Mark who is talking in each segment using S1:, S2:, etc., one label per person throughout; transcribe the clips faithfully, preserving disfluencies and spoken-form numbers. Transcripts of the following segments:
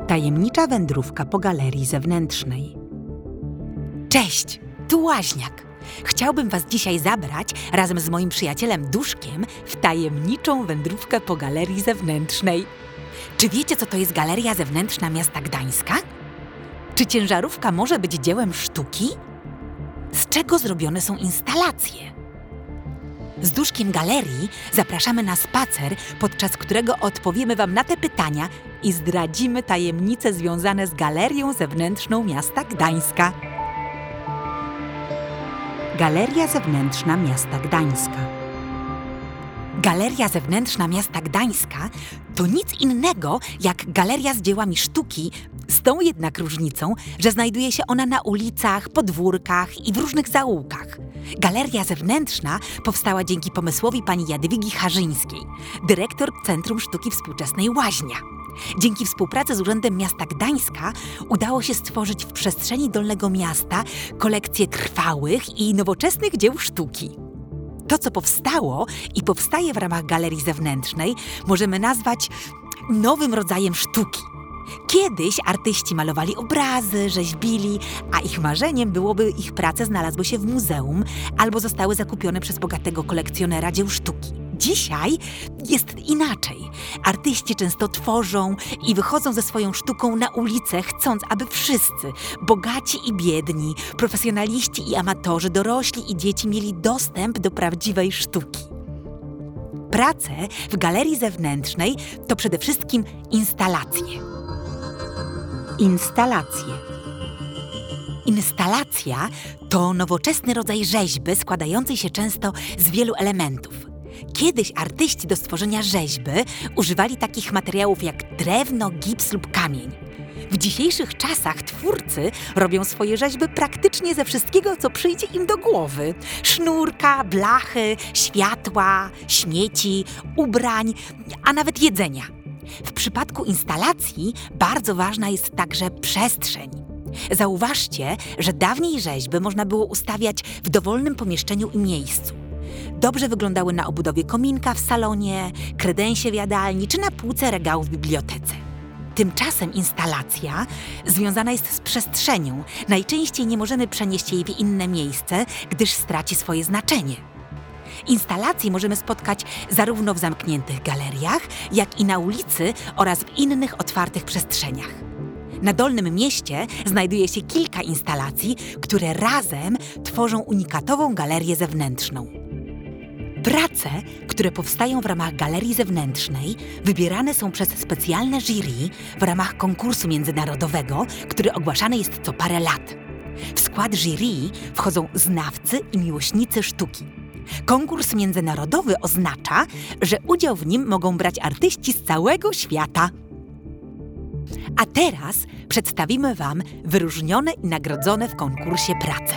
S1: Tajemnicza wędrówka po galerii zewnętrznej. Cześć, tu Łaźniak. Chciałbym was dzisiaj zabrać razem z moim przyjacielem Duszkiem w tajemniczą wędrówkę po galerii zewnętrznej. Czy wiecie, co to jest Galeria Zewnętrzna Miasta Gdańska? Czy ciężarówka może być dziełem sztuki? Z czego zrobione są instalacje? Z Duszkiem Galerii zapraszamy na spacer, podczas którego odpowiemy wam na te pytania i zdradzimy tajemnice związane z Galerią Zewnętrzną Miasta Gdańska. Galeria Zewnętrzna Miasta Gdańska. Galeria Zewnętrzna Miasta Gdańska to nic innego jak galeria z dziełami sztuki, z tą jednak różnicą, że znajduje się ona na ulicach, podwórkach i w różnych zaułkach. Galeria Zewnętrzna powstała dzięki pomysłowi pani Jadwigi Harzyńskiej, dyrektor Centrum Sztuki Współczesnej Łaźnia. Dzięki współpracy z Urzędem Miasta Gdańska udało się stworzyć w przestrzeni Dolnego Miasta kolekcję trwałych i nowoczesnych dzieł sztuki. To, co powstało i powstaje w ramach Galerii Zewnętrznej, możemy nazwać nowym rodzajem sztuki. Kiedyś artyści malowali obrazy, rzeźbili, a ich marzeniem byłoby, ich prace znalazły się w muzeum albo zostały zakupione przez bogatego kolekcjonera dzieł sztuki. Dzisiaj jest inaczej. Artyści często tworzą i wychodzą ze swoją sztuką na ulicę, chcąc, aby wszyscy, bogaci i biedni, profesjonaliści i amatorzy, dorośli i dzieci mieli dostęp do prawdziwej sztuki. Prace w Galerii Zewnętrznej to przede wszystkim instalacje. Instalacje. Instalacja to nowoczesny rodzaj rzeźby składającej się często z wielu elementów. Kiedyś artyści do stworzenia rzeźby używali takich materiałów jak drewno, gips lub kamień. W dzisiejszych czasach twórcy robią swoje rzeźby praktycznie ze wszystkiego, co przyjdzie im do głowy. Sznurka, blachy, światła, śmieci, ubrań, a nawet jedzenia. W przypadku instalacji bardzo ważna jest także przestrzeń. Zauważcie, że dawniej rzeźby można było ustawiać w dowolnym pomieszczeniu i miejscu. Dobrze wyglądały na obudowie kominka w salonie, kredensie w jadalni czy na półce regału w bibliotece. Tymczasem instalacja związana jest z przestrzenią. Najczęściej nie możemy przenieść jej w inne miejsce, gdyż straci swoje znaczenie. Instalacje możemy spotkać zarówno w zamkniętych galeriach, jak i na ulicy oraz w innych otwartych przestrzeniach. Na Dolnym Mieście znajduje się kilka instalacji, które razem tworzą unikatową galerię zewnętrzną. Prace, które powstają w ramach Galerii Zewnętrznej, wybierane są przez specjalne jury w ramach konkursu międzynarodowego, który ogłaszany jest co parę lat. W skład jury wchodzą znawcy i miłośnicy sztuki. Konkurs międzynarodowy oznacza, że udział w nim mogą brać artyści z całego świata. A teraz przedstawimy wam wyróżnione i nagrodzone w konkursie prace.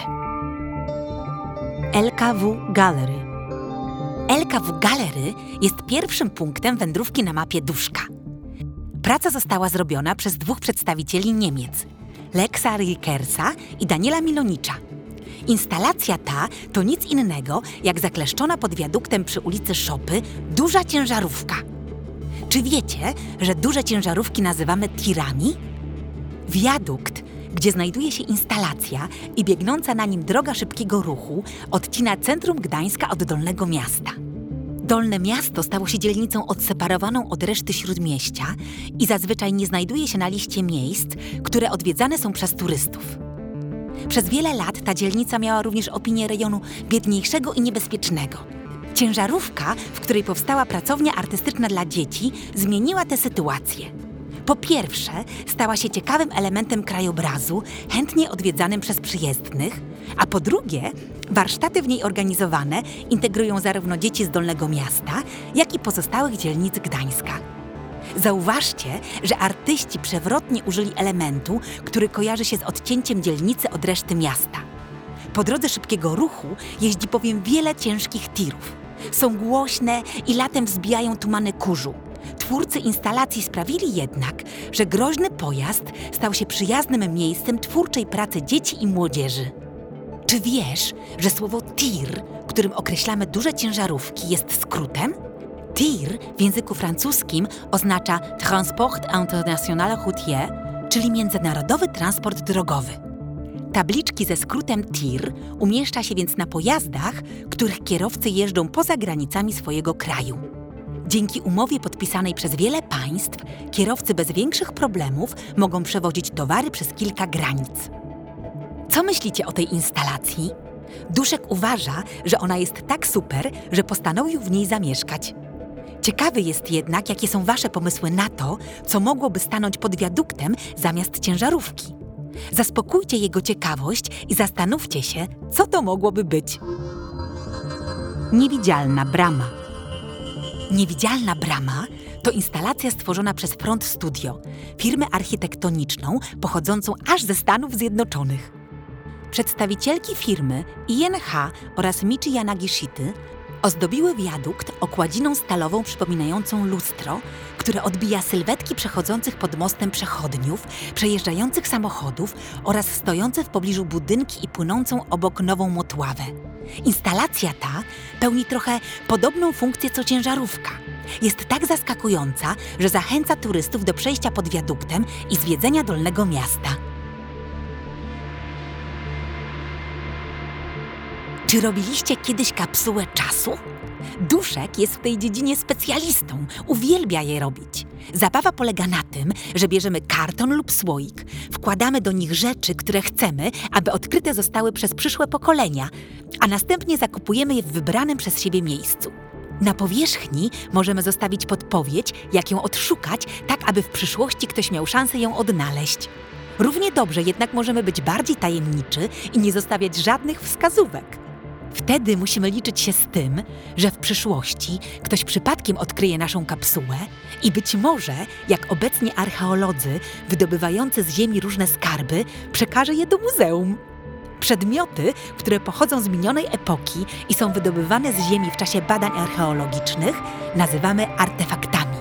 S1: L K W Gallery. L K W Gallery jest pierwszym punktem wędrówki na mapie Duszka. Praca została zrobiona przez dwóch przedstawicieli Niemiec, Lexa Rickersa i Daniela Milonicza. Instalacja ta to nic innego jak zakleszczona pod wiaduktem przy ulicy Szopy duża ciężarówka. Czy wiecie, że duże ciężarówki nazywamy tirami? Wiadukt, gdzie znajduje się instalacja i biegnąca na nim droga szybkiego ruchu, odcina centrum Gdańska od Dolnego Miasta. Dolne Miasto stało się dzielnicą odseparowaną od reszty Śródmieścia i zazwyczaj nie znajduje się na liście miejsc, które odwiedzane są przez turystów. Przez wiele lat ta dzielnica miała również opinię rejonu biedniejszego i niebezpiecznego. Ciężarówka, w której powstała pracownia artystyczna dla dzieci, zmieniła tę sytuację. Po pierwsze, stała się ciekawym elementem krajobrazu, chętnie odwiedzanym przez przyjezdnych, a po drugie, warsztaty w niej organizowane integrują zarówno dzieci z Dolnego Miasta, jak i pozostałych dzielnic Gdańska. Zauważcie, że artyści przewrotnie użyli elementu, który kojarzy się z odcięciem dzielnicy od reszty miasta. Po drodze szybkiego ruchu jeździ bowiem wiele ciężkich tirów. Są głośne i latem wzbijają tumany kurzu. Twórcy instalacji sprawili jednak, że groźny pojazd stał się przyjaznym miejscem twórczej pracy dzieci i młodzieży. Czy wiesz, że słowo tir, którym określamy duże ciężarówki, jest skrótem? Tir w języku francuskim oznacza Transport International Routier, czyli międzynarodowy transport drogowy. Tabliczki ze skrótem T I R umieszcza się więc na pojazdach, których kierowcy jeżdżą poza granicami swojego kraju. Dzięki umowie podpisanej przez wiele państw, kierowcy bez większych problemów mogą przewozić towary przez kilka granic. Co myślicie o tej instalacji? Duszek uważa, że ona jest tak super, że postanowił w niej zamieszkać. Ciekawy jest jednak, jakie są wasze pomysły na to, co mogłoby stanąć pod wiaduktem zamiast ciężarówki. Zaspokójcie jego ciekawość i zastanówcie się, co to mogłoby być. Niewidzialna brama. Niewidzialna brama to instalacja stworzona przez Front Studio, firmę architektoniczną pochodzącą aż ze Stanów Zjednoczonych. Przedstawicielki firmy I N H oraz Michi Yanagishity ozdobiły wiadukt okładziną stalową przypominającą lustro, które odbija sylwetki przechodzących pod mostem przechodniów, przejeżdżających samochodów oraz stojące w pobliżu budynki i płynącą obok nową motławę. Instalacja ta pełni trochę podobną funkcję co ciężarówka. Jest tak zaskakująca, że zachęca turystów do przejścia pod wiaduktem i zwiedzenia Dolnego Miasta. Czy robiliście kiedyś kapsułę czasu? Duszek jest w tej dziedzinie specjalistą, uwielbia je robić. Zabawa polega na tym, że bierzemy karton lub słoik, wkładamy do nich rzeczy, które chcemy, aby odkryte zostały przez przyszłe pokolenia, a następnie zakupujemy je w wybranym przez siebie miejscu. Na powierzchni możemy zostawić podpowiedź, jak ją odszukać, tak aby w przyszłości ktoś miał szansę ją odnaleźć. Równie dobrze jednak możemy być bardziej tajemniczy i nie zostawiać żadnych wskazówek. Wtedy musimy liczyć się z tym, że w przyszłości ktoś przypadkiem odkryje naszą kapsułę i być może, jak obecnie archeolodzy wydobywający z ziemi różne skarby, przekaże je do muzeum. Przedmioty, które pochodzą z minionej epoki i są wydobywane z ziemi w czasie badań archeologicznych, nazywamy artefaktami.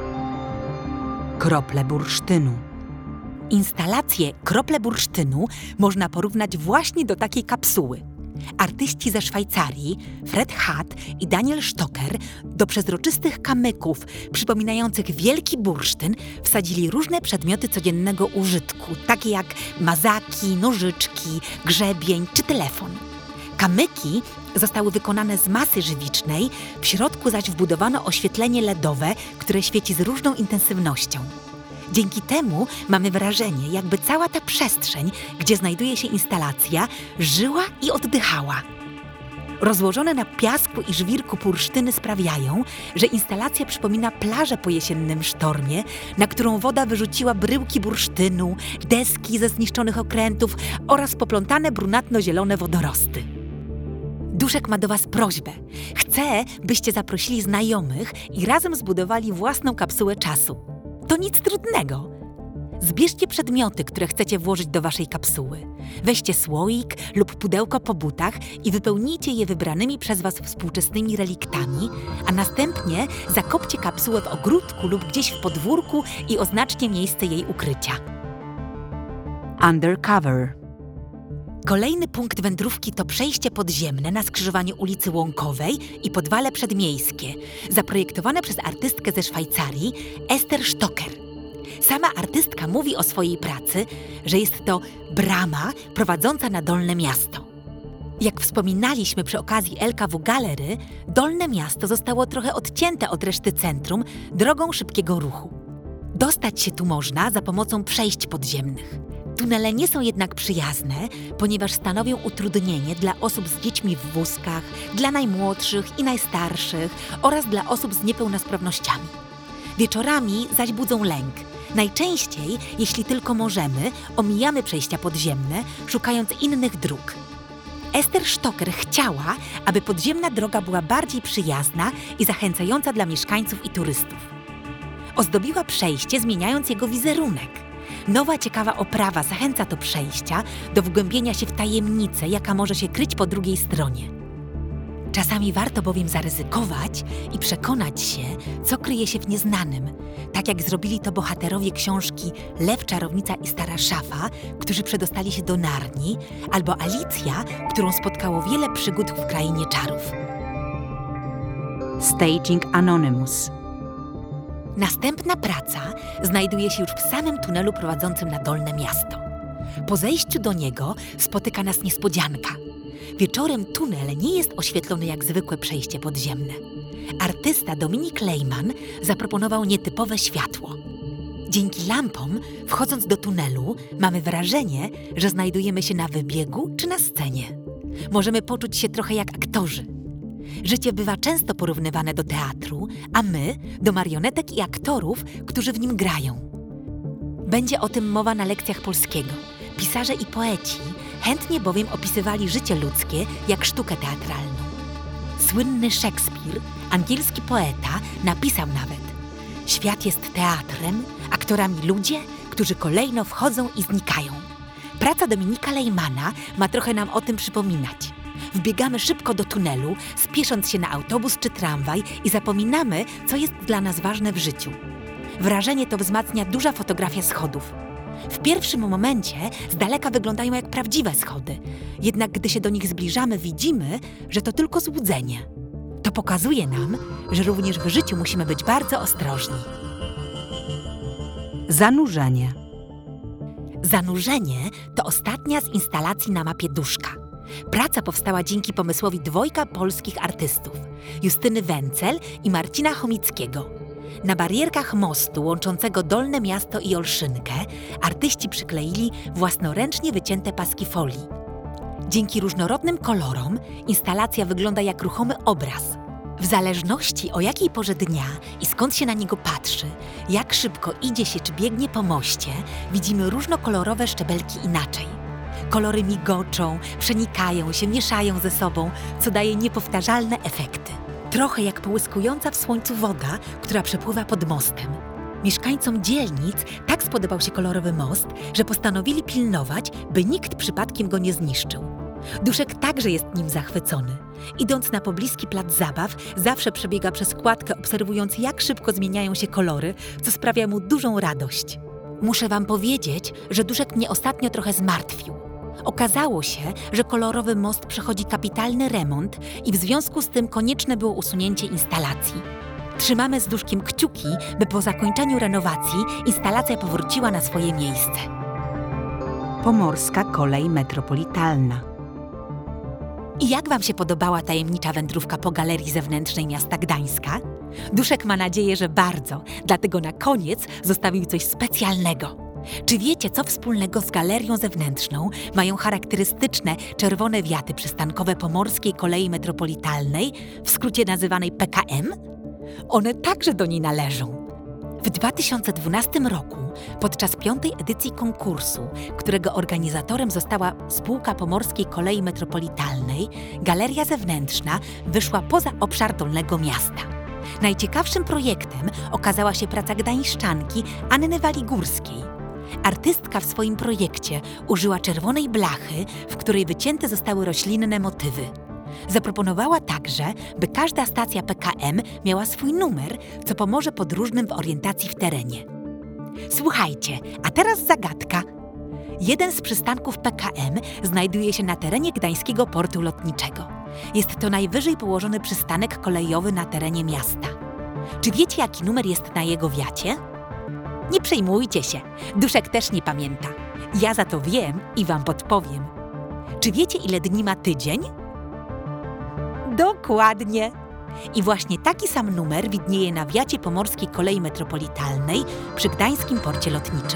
S1: Krople bursztynu. Instalację Krople bursztynu można porównać właśnie do takiej kapsuły. Artyści ze Szwajcarii, Fred Hatt i Daniel Stocker, do przezroczystych kamyków przypominających wielki bursztyn wsadzili różne przedmioty codziennego użytku, takie jak mazaki, nożyczki, grzebień czy telefon. Kamyki zostały wykonane z masy żywicznej, w środku zaś wbudowano oświetlenie ledowe, które świeci z różną intensywnością. Dzięki temu mamy wrażenie, jakby cała ta przestrzeń, gdzie znajduje się instalacja, żyła i oddychała. Rozłożone na piasku i żwirku bursztyny sprawiają, że instalacja przypomina plażę po jesiennym sztormie, na którą woda wyrzuciła bryłki bursztynu, deski ze zniszczonych okrętów oraz poplątane brunatno-zielone wodorosty. Duszek ma do was prośbę. Chce, byście zaprosili znajomych i razem zbudowali własną kapsułę czasu. To nic trudnego. Zbierzcie przedmioty, które chcecie włożyć do waszej kapsuły. Weźcie słoik lub pudełko po butach i wypełnijcie je wybranymi przez was współczesnymi reliktami, a następnie zakopcie kapsułę w ogródku lub gdzieś w podwórku i oznaczcie miejsce jej ukrycia. Undercover. Kolejny punkt wędrówki to przejście podziemne na skrzyżowaniu ulicy Łąkowej i Podwale Przedmiejskie, zaprojektowane przez artystkę ze Szwajcarii, Ester Stocker. Sama artystka mówi o swojej pracy, że jest to brama prowadząca na Dolne Miasto. Jak wspominaliśmy przy okazji L K W Gallery, Dolne Miasto zostało trochę odcięte od reszty centrum drogą szybkiego ruchu. Dostać się tu można za pomocą przejść podziemnych. Tunele nie są jednak przyjazne, ponieważ stanowią utrudnienie dla osób z dziećmi w wózkach, dla najmłodszych i najstarszych oraz dla osób z niepełnosprawnościami. Wieczorami zaś budzą lęk. Najczęściej, jeśli tylko możemy, omijamy przejścia podziemne, szukając innych dróg. Ester Stocker chciała, aby podziemna droga była bardziej przyjazna i zachęcająca dla mieszkańców i turystów. Ozdobiła przejście, zmieniając jego wizerunek. Nowa, ciekawa oprawa zachęca do przejścia, do wgłębienia się w tajemnicę, jaka może się kryć po drugiej stronie. Czasami warto bowiem zaryzykować i przekonać się, co kryje się w nieznanym, tak jak zrobili to bohaterowie książki Lew, czarownica i stara szafa, którzy przedostali się do Narni, albo Alicja, którą spotkało wiele przygód w krainie czarów. Staging Anonymous. Następna praca znajduje się już w samym tunelu prowadzącym na Dolne Miasto. Po zejściu do niego spotyka nas niespodzianka. Wieczorem tunel nie jest oświetlony jak zwykłe przejście podziemne. Artysta Dominik Lejman zaproponował nietypowe światło. Dzięki lampom, wchodząc do tunelu, mamy wrażenie, że znajdujemy się na wybiegu czy na scenie. Możemy poczuć się trochę jak aktorzy. Życie bywa często porównywane do teatru, a my do marionetek i aktorów, którzy w nim grają. Będzie o tym mowa na lekcjach polskiego. Pisarze i poeci chętnie bowiem opisywali życie ludzkie jak sztukę teatralną. Słynny Szekspir, angielski poeta, napisał nawet: świat jest teatrem, aktorami ludzie, którzy kolejno wchodzą i znikają. Praca Dominika Lejmana ma trochę nam o tym przypominać. Wbiegamy szybko do tunelu, spiesząc się na autobus czy tramwaj i zapominamy, co jest dla nas ważne w życiu. Wrażenie to wzmacnia duża fotografia schodów. W pierwszym momencie z daleka wyglądają jak prawdziwe schody, jednak gdy się do nich zbliżamy, widzimy, że to tylko złudzenie. To pokazuje nam, że również w życiu musimy być bardzo ostrożni. Zanurzenie. Zanurzenie to ostatnia z instalacji na mapie Duszka. Praca powstała dzięki pomysłowi dwojga polskich artystów, Justyny Wencel i Marcina Chomickiego. Na barierkach mostu łączącego Dolne Miasto i Olszynkę artyści przykleili własnoręcznie wycięte paski folii. Dzięki różnorodnym kolorom instalacja wygląda jak ruchomy obraz. W zależności o jakiej porze dnia i skąd się na niego patrzy, jak szybko idzie się czy biegnie po moście, widzimy różnokolorowe szczebelki inaczej. Kolory migoczą, przenikają się, mieszają ze sobą, co daje niepowtarzalne efekty. Trochę jak połyskująca w słońcu woda, która przepływa pod mostem. Mieszkańcom dzielnic tak spodobał się kolorowy most, że postanowili pilnować, by nikt przypadkiem go nie zniszczył. Duszek także jest nim zachwycony. Idąc na pobliski plac zabaw, zawsze przebiega przez kładkę, obserwując, jak szybko zmieniają się kolory, co sprawia mu dużą radość. Muszę wam powiedzieć, że Duszek mnie ostatnio trochę zmartwił. Okazało się, że kolorowy most przechodzi kapitalny remont i w związku z tym konieczne było usunięcie instalacji. Trzymamy z Duszkiem kciuki, by po zakończeniu renowacji instalacja powróciła na swoje miejsce. Pomorska kolej metropolitalna. I jak wam się podobała tajemnicza wędrówka po galerii zewnętrznej miasta Gdańska? Duszek ma nadzieję, że bardzo, dlatego na koniec zostawił coś specjalnego. Czy wiecie, co wspólnego z galerią zewnętrzną mają charakterystyczne czerwone wiaty przystankowe Pomorskiej Kolei Metropolitalnej, w skrócie nazywanej P K M? One także do niej należą. W dwa tysiące dwunastym roku, podczas piątej edycji konkursu, którego organizatorem została spółka Pomorskiej Kolei Metropolitalnej, galeria zewnętrzna wyszła poza obszar Dolnego Miasta. Najciekawszym projektem okazała się praca gdańszczanki Anny Waligórskiej. Artystka w swoim projekcie użyła czerwonej blachy, w której wycięte zostały roślinne motywy. Zaproponowała także, by każda stacja P K M miała swój numer, co pomoże podróżnym w orientacji w terenie. Słuchajcie, a teraz zagadka. Jeden z przystanków P K M znajduje się na terenie Gdańskiego Portu Lotniczego. Jest to najwyżej położony przystanek kolejowy na terenie miasta. Czy wiecie, jaki numer jest na jego wiacie? Nie przejmujcie się, Duszek też nie pamięta. Ja za to wiem i wam podpowiem. Czy wiecie, ile dni ma tydzień? Dokładnie. I właśnie taki sam numer widnieje na wiacie Pomorskiej Kolei Metropolitalnej przy Gdańskim Porcie Lotniczym.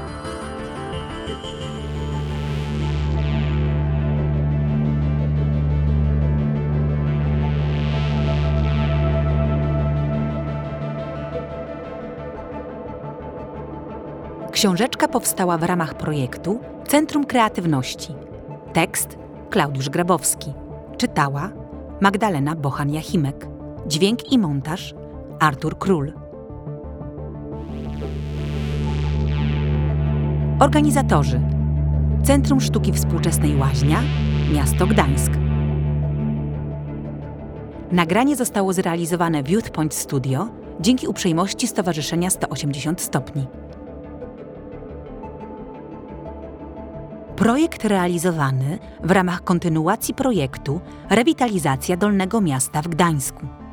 S1: Książeczka powstała w ramach projektu Centrum Kreatywności. Tekst Klaudiusz Grabowski. Czytała Magdalena Bochan-Jachimek. Dźwięk i montaż Artur Król. Organizatorzy: Centrum Sztuki Współczesnej Łaźnia, Miasto Gdańsk. Nagranie zostało zrealizowane w Youth Point Studio dzięki uprzejmości Stowarzyszenia sto osiemdziesiąt stopni. Projekt realizowany w ramach kontynuacji projektu Rewitalizacja Dolnego Miasta w Gdańsku.